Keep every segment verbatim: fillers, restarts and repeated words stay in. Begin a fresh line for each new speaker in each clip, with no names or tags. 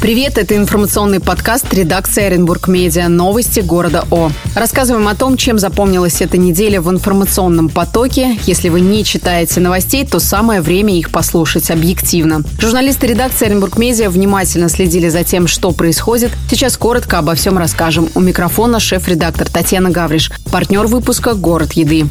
Привет, это информационный подкаст редакции Оренбург Медиа. Новости города О. Рассказываем о том, чем запомнилась эта неделя в информационном потоке. Если вы не читаете новостей, то самое время их послушать объективно. Журналисты редакции Оренбург Медиа внимательно следили за тем, что происходит. Сейчас коротко обо всем расскажем. У микрофона шеф-редактор Татьяна Гавриш. Партнер выпуска «Город еды».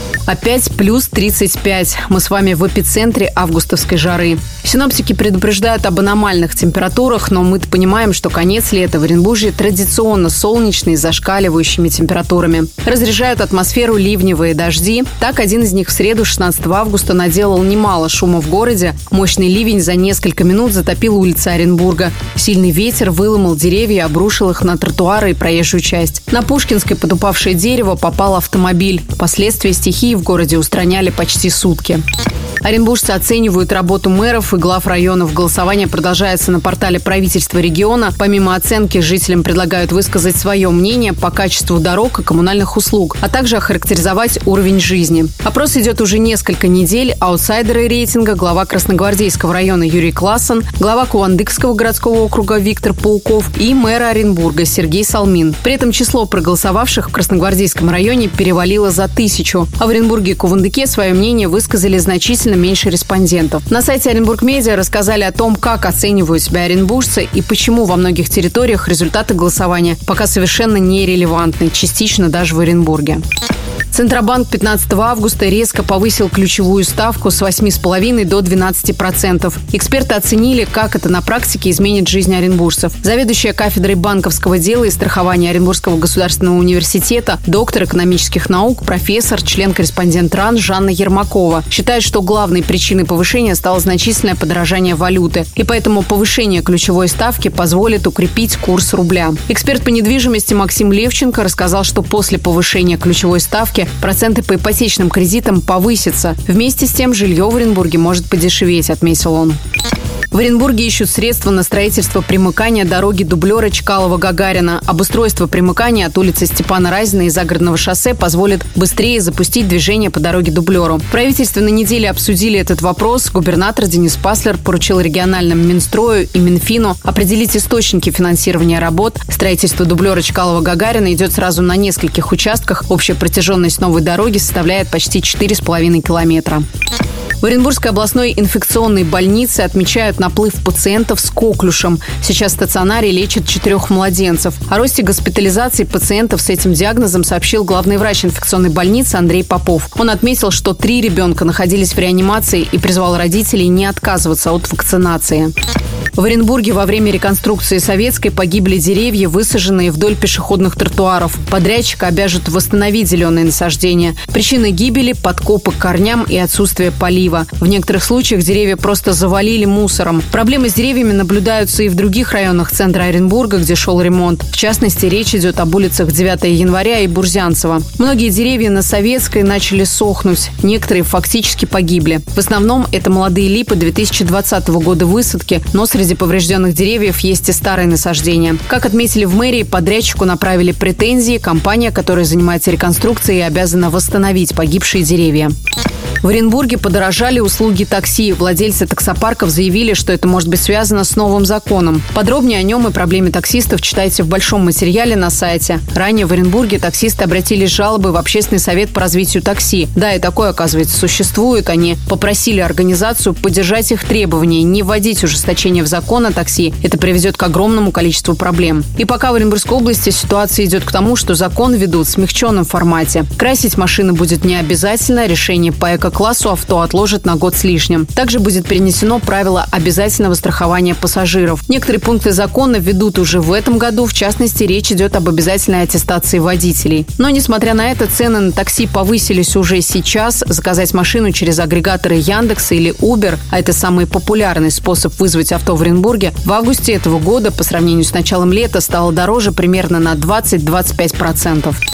Опять плюс тридцать пять. Мы с вами в эпицентре августовской жары. Синоптики предупреждают об аномальных температурах, но мы-то понимаем, что конец лета в Оренбурге традиционно солнечный с зашкаливающими температурами. Разряжают атмосферу ливневые дожди. Так, один из них в среду, шестнадцатого августа, наделал немало шума в городе. Мощный ливень за несколько минут затопил улицы Оренбурга. Сильный ветер выломал деревья и обрушил их на тротуары и проезжую часть. На Пушкинской под упавшее дерево попал автомобиль. Впоследствии стихии в городе устраняли почти сутки. Оренбуржцы оценивают работу мэров и глав районов. Голосование продолжается на портале правительства региона. Помимо оценки, жителям предлагают высказать свое мнение по качеству дорог и коммунальных услуг, а также охарактеризовать уровень жизни. Опрос идет уже несколько недель. Аутсайдеры рейтинга – глава Красногвардейского района Юрий Классон, глава Кувандыкского городского округа Виктор Пауков и мэр Оренбурга Сергей Салмин. При этом число проголосовавших в Красногвардейском районе перевалило за тысячу. А в Оренбурге и Кувандыке свое мнение высказали значительно меньше респондентов. На сайте Оренбург Медиа рассказали о том, как оценивают себя оренбуржцы и почему во многих территориях результаты голосования пока совершенно нерелевантны, частично даже в Оренбурге. Центробанк пятнадцатого августа резко повысил ключевую ставку с восьми с половиной до двенадцати процентов. Эксперты оценили, как это на практике изменит жизнь оренбуржцев. Заведующая кафедрой банковского дела и страхования Оренбургского государственного университета, доктор экономических наук, профессор, член-корреспондент РАН Жанна Ермакова считает, что главной причиной повышения стало значительное подорожание валюты. И поэтому повышение ключевой ставки позволит укрепить курс рубля. Эксперт по недвижимости Максим Левченко рассказал, что после повышения ключевой ставки проценты по ипотечным кредитам повысятся. Вместе с тем жилье в Оренбурге может подешеветь, отметил он. В Оренбурге ищут средства на строительство примыкания дороги дублера Чкалова-Гагарина. Обустройство примыкания от улицы Степана Разина и Загородного шоссе позволит быстрее запустить движение по дороге дублеру. В правительстве на неделе обсудили этот вопрос. Губернатор Денис Паслер поручил региональным Минстрою и Минфину определить источники финансирования работ. Строительство дублера Чкалова-Гагарина идет сразу на нескольких участках. Общая протяженность новой дороги составляет почти четыре с половиной километра. В Оренбургской областной инфекционной больнице отмечают наплыв пациентов с коклюшем. Сейчас в стационаре лечат четырех младенцев. О росте госпитализации пациентов с этим диагнозом сообщил главный врач инфекционной больницы Андрей Попов. Он отметил, что три ребенка находились в реанимации и призвал родителей не отказываться от вакцинации. В Оренбурге во время реконструкции Советской погибли деревья, высаженные вдоль пешеходных тротуаров. Подрядчика обяжут восстановить зеленые насаждения. Причины гибели – подкопы к корням и отсутствие полива. В некоторых случаях деревья просто завалили мусором. Проблемы с деревьями наблюдаются и в других районах центра Оренбурга, где шел ремонт. В частности, речь идет об улицах девятого января и Бурзянцева. Многие деревья на Советской начали сохнуть. Некоторые фактически погибли. В основном это молодые липы две тысячи двадцатого года высадки, но среди поврежденных деревьев есть и старые насаждения. Как отметили в мэрии, подрядчику направили претензии. Компания, которая занимается реконструкцией, обязана восстановить погибшие деревья. В Оренбурге подорожали услуги такси. Владельцы таксопарков заявили, что это может быть связано с новым законом. Подробнее о нем и проблеме таксистов читайте в большом материале на сайте. Ранее в Оренбурге таксисты обратились с жалобой в Общественный совет по развитию такси. Да, и такое, оказывается, существует. Они попросили организацию поддержать их требования, не вводить ужесточение в закон о такси. Это приведет к огромному количеству проблем. И пока в Оренбургской области ситуация идет к тому, что закон ведут в смягченном формате. Красить машины будет не обязательно. Решение по эко-классу авто отложат на год с лишним. Также будет перенесено правило обязательного страхования пассажиров. Некоторые пункты закона введут уже в этом году. В частности, речь идет об обязательной аттестации водителей. Но, несмотря на это, цены на такси повысились уже сейчас. Заказать машину через агрегаторы Яндекса или Uber, а это самый популярный способ вызвать авто в Оренбурге, в августе этого года по сравнению с началом лета стало дороже примерно на двадцать - двадцать пять процентов.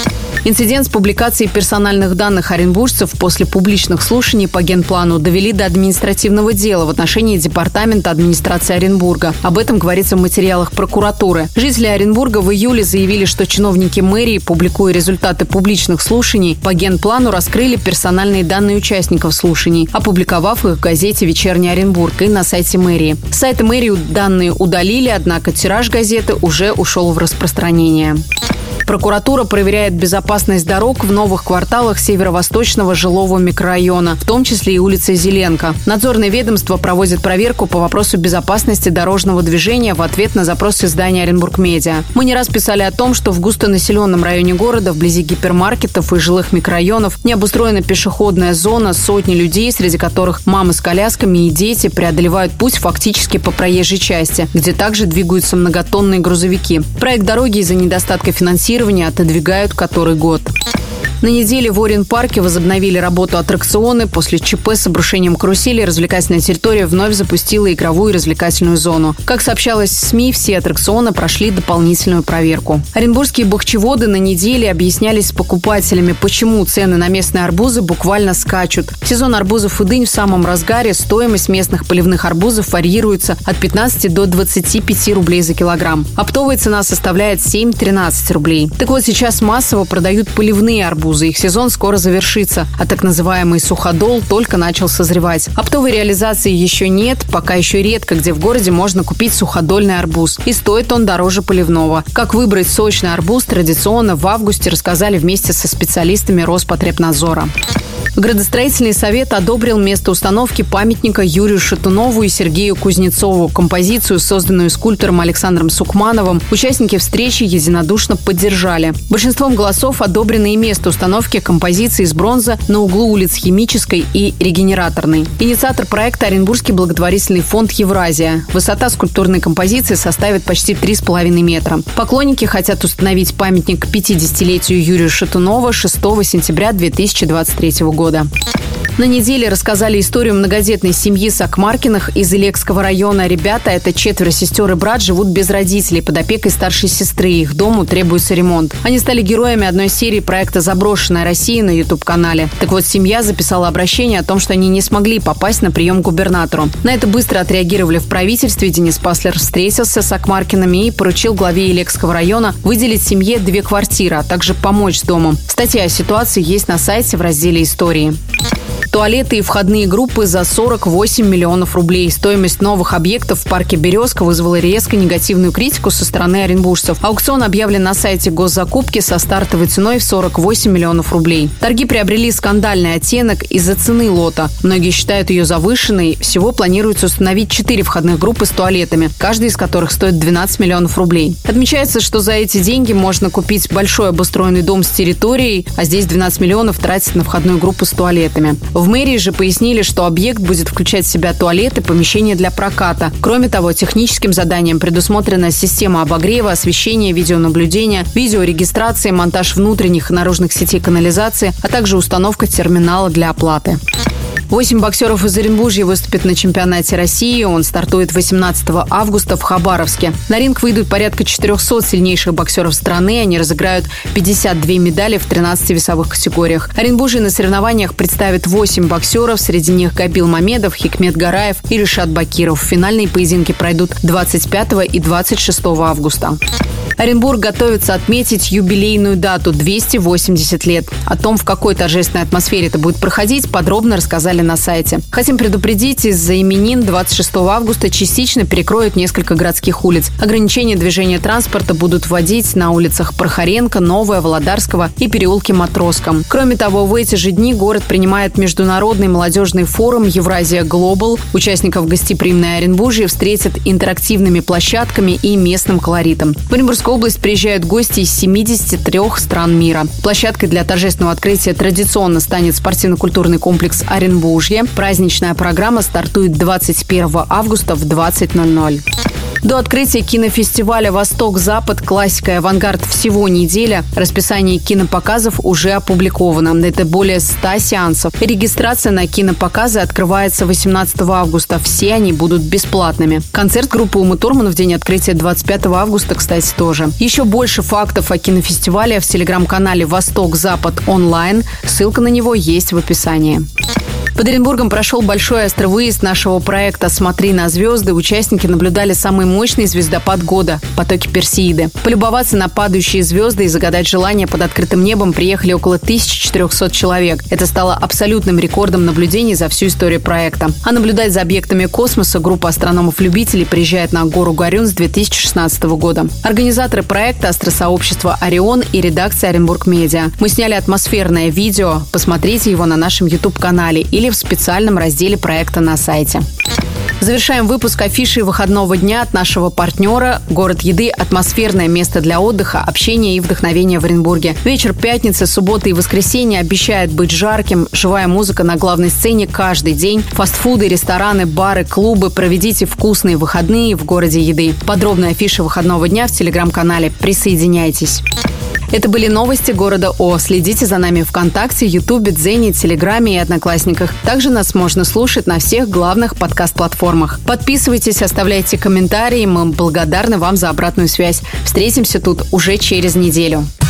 Инцидент с публикацией персональных данных оренбуржцев после публичных слушаний по генплану довели до административного дела в отношении Департамента администрации Оренбурга. Об этом говорится в материалах прокуратуры. Жители Оренбурга в июле заявили, что чиновники мэрии, публикуя результаты публичных слушаний по генплану, раскрыли персональные данные участников слушаний, опубликовав их в газете «Вечерний Оренбург» и на сайте мэрии. С сайта мэрии данные удалили, однако тираж газеты уже ушел в распространение. Прокуратура проверяет безопасность дорог в новых кварталах северо-восточного жилого микрорайона, в том числе и улицы Зеленко. Надзорное ведомство проводит проверку по вопросу безопасности дорожного движения в ответ на запрос издания «Оренбург Медиа». Мы не раз писали о том, что в густонаселенном районе города, вблизи гипермаркетов и жилых микрорайонов, не обустроена пешеходная зона, сотни людей, среди которых мамы с колясками и дети, преодолевают путь фактически по проезжей части, где также двигаются многотонные грузовики. Проект дороги из-за недостатка финансирования отодвигают который год. На неделе в Орен-парке возобновили работу аттракционы. После ЧП с обрушением карусели развлекательная территория вновь запустила игровую и развлекательную зону. Как сообщалось в СМИ, все аттракционы прошли дополнительную проверку. Оренбургские бахчеводы на неделе объяснялись с покупателями, почему цены на местные арбузы буквально скачут. В сезон арбузов и дынь в самом разгаре стоимость местных поливных арбузов варьируется от пятнадцати до двадцати пяти рублей за килограмм. Оптовая цена составляет семь-тринадцать рублей. Так вот, сейчас массово продают поливные арбузы. Их сезон скоро завершится, а так называемый суходол только начал созревать. Оптовой реализации еще нет, пока еще редко, где в городе можно купить суходольный арбуз. И стоит он дороже поливного. Как выбрать сочный арбуз традиционно в августе рассказали вместе со специалистами Роспотребнадзора. Градостроительный совет одобрил место установки памятника Юрию Шатунову и Сергею Кузнецову. Композицию, созданную скульптором Александром Сукмановым, участники встречи единодушно поддержали. Большинством голосов одобрено и место установки композиции из бронзы на углу улиц Химической и Регенераторной. Инициатор проекта – Оренбургский благотворительный фонд «Евразия». Высота скульптурной композиции составит почти три с половиной метра. Поклонники хотят установить памятник к пятидесятилетию Юрия Шатунова шестого сентября две тысячи двадцать третьего года. На неделе рассказали историю многодетной семьи Сакмаркиных из Илекского района. Ребята, это четверо сестер и брат, живут без родителей под опекой старшей сестры. Их дому требуется ремонт. Они стали героями одной серии проекта «Заброшенная Россия» на ютуб-канале. Так вот, семья записала обращение о том, что они не смогли попасть на прием к губернатору. На это быстро отреагировали в правительстве. Денис Паслер встретился с Сакмаркиными и поручил главе Илекского района выделить семье две квартиры, а также помочь с домом. Статья о ситуации есть на сайте в разделе «Истории». Туалеты и входные группы за сорок восемь миллионов рублей. Стоимость новых объектов в парке «Березка» вызвала резко негативную критику со стороны оренбуржцев. Аукцион объявлен на сайте госзакупки со стартовой ценой в сорок восемь миллионов рублей. Торги приобрели скандальный оттенок из-за цены лота. Многие считают ее завышенной. Всего планируется установить четыре входных группы с туалетами, каждая из которых стоит двенадцать миллионов рублей. Отмечается, что за эти деньги можно купить большой обустроенный дом с территорией, а здесь двенадцать миллионов тратят на входную группу с туалетами. В мэрии же пояснили, что объект будет включать в себя туалеты, помещения для проката. Кроме того, техническим заданием предусмотрена система обогрева, освещения, видеонаблюдения, видеорегистрации, монтаж внутренних и наружных сетей канализации, а также установка терминала для оплаты. Восемь боксеров из Оренбуржья выступят на чемпионате России. Он стартует восемнадцатого августа в Хабаровске. На ринг выйдут порядка четырехсот сильнейших боксеров страны. Они разыграют пятьдесят две медали в тринадцати весовых категориях. Оренбуржье на соревнованиях представит восемь боксеров. Среди них Габил Мамедов, Хикмет Гараев и Ришат Бакиров. Финальные поединки пройдут двадцать пятого и двадцать шестого августа. Оренбург готовится отметить юбилейную дату – двести восемьдесят лет. О том, в какой торжественной атмосфере это будет проходить, подробно рассказали на сайте. Хотим предупредить, из-за именин двадцать шестого августа частично перекроют несколько городских улиц. Ограничения движения транспорта будут вводить на улицах Прохоренко, Новая, Володарского и переулке Матросском. Кроме того, в эти же дни город принимает международный молодежный форум «Евразия Глобал». Участников гостеприимное Оренбуржье встретят интерактивными площадками и местным колоритом. В Оренбургскую область приезжают гости из семидесяти трёх стран мира. Площадкой для торжественного открытия традиционно станет спортивно-культурный комплекс «Оренбуржье». Праздничная программа стартует двадцать первого августа в двадцать ноль ноль. До открытия кинофестиваля «Восток-Запад. Классика и авангард» всего неделя. Расписание кинопоказов уже опубликовано. Это более ста сеансов. Регистрация на кинопоказы открывается восемнадцатого августа. Все они будут бесплатными. Концерт группы Умы Турман в день открытия двадцать пятого августа, кстати, тоже. Еще больше фактов о кинофестивале в телеграм-канале «Восток-Запад онлайн». Ссылка на него есть в описании. Под Оренбургом прошел большой астровыезд нашего проекта «Смотри на звезды». Участники наблюдали самый мощный звездопад года – потоки Персеиды. Полюбоваться на падающие звезды и загадать желание под открытым небом приехали около тысячи четырехсот человек. Это стало абсолютным рекордом наблюдений за всю историю проекта. А наблюдать за объектами космоса группа астрономов-любителей приезжает на гору Горюн с две тысячи шестнадцатого года. Организаторы проекта – астросообщество «Орион» и редакция Оренбург Медиа. Мы сняли атмосферное видео. Посмотрите его на нашем YouTube-канале или в специальном разделе проекта на сайте. Завершаем выпуск афишей выходного дня от нашего партнера. Город еды – атмосферное место для отдыха, общения и вдохновения в Оренбурге. Вечер пятницы, субботы и воскресенье обещает быть жарким. Живая музыка на главной сцене каждый день. Фастфуды, рестораны, бары, клубы. Проведите вкусные выходные в городе еды. Подробная афиша выходного дня в телеграм-канале. Присоединяйтесь. Это были новости города О. Следите за нами ВКонтакте, Ютубе, Дзене, Телеграме и Одноклассниках. Также нас можно слушать на всех главных подкаст-платформах. Подписывайтесь, оставляйте комментарии. Мы благодарны вам за обратную связь. Встретимся тут уже через неделю.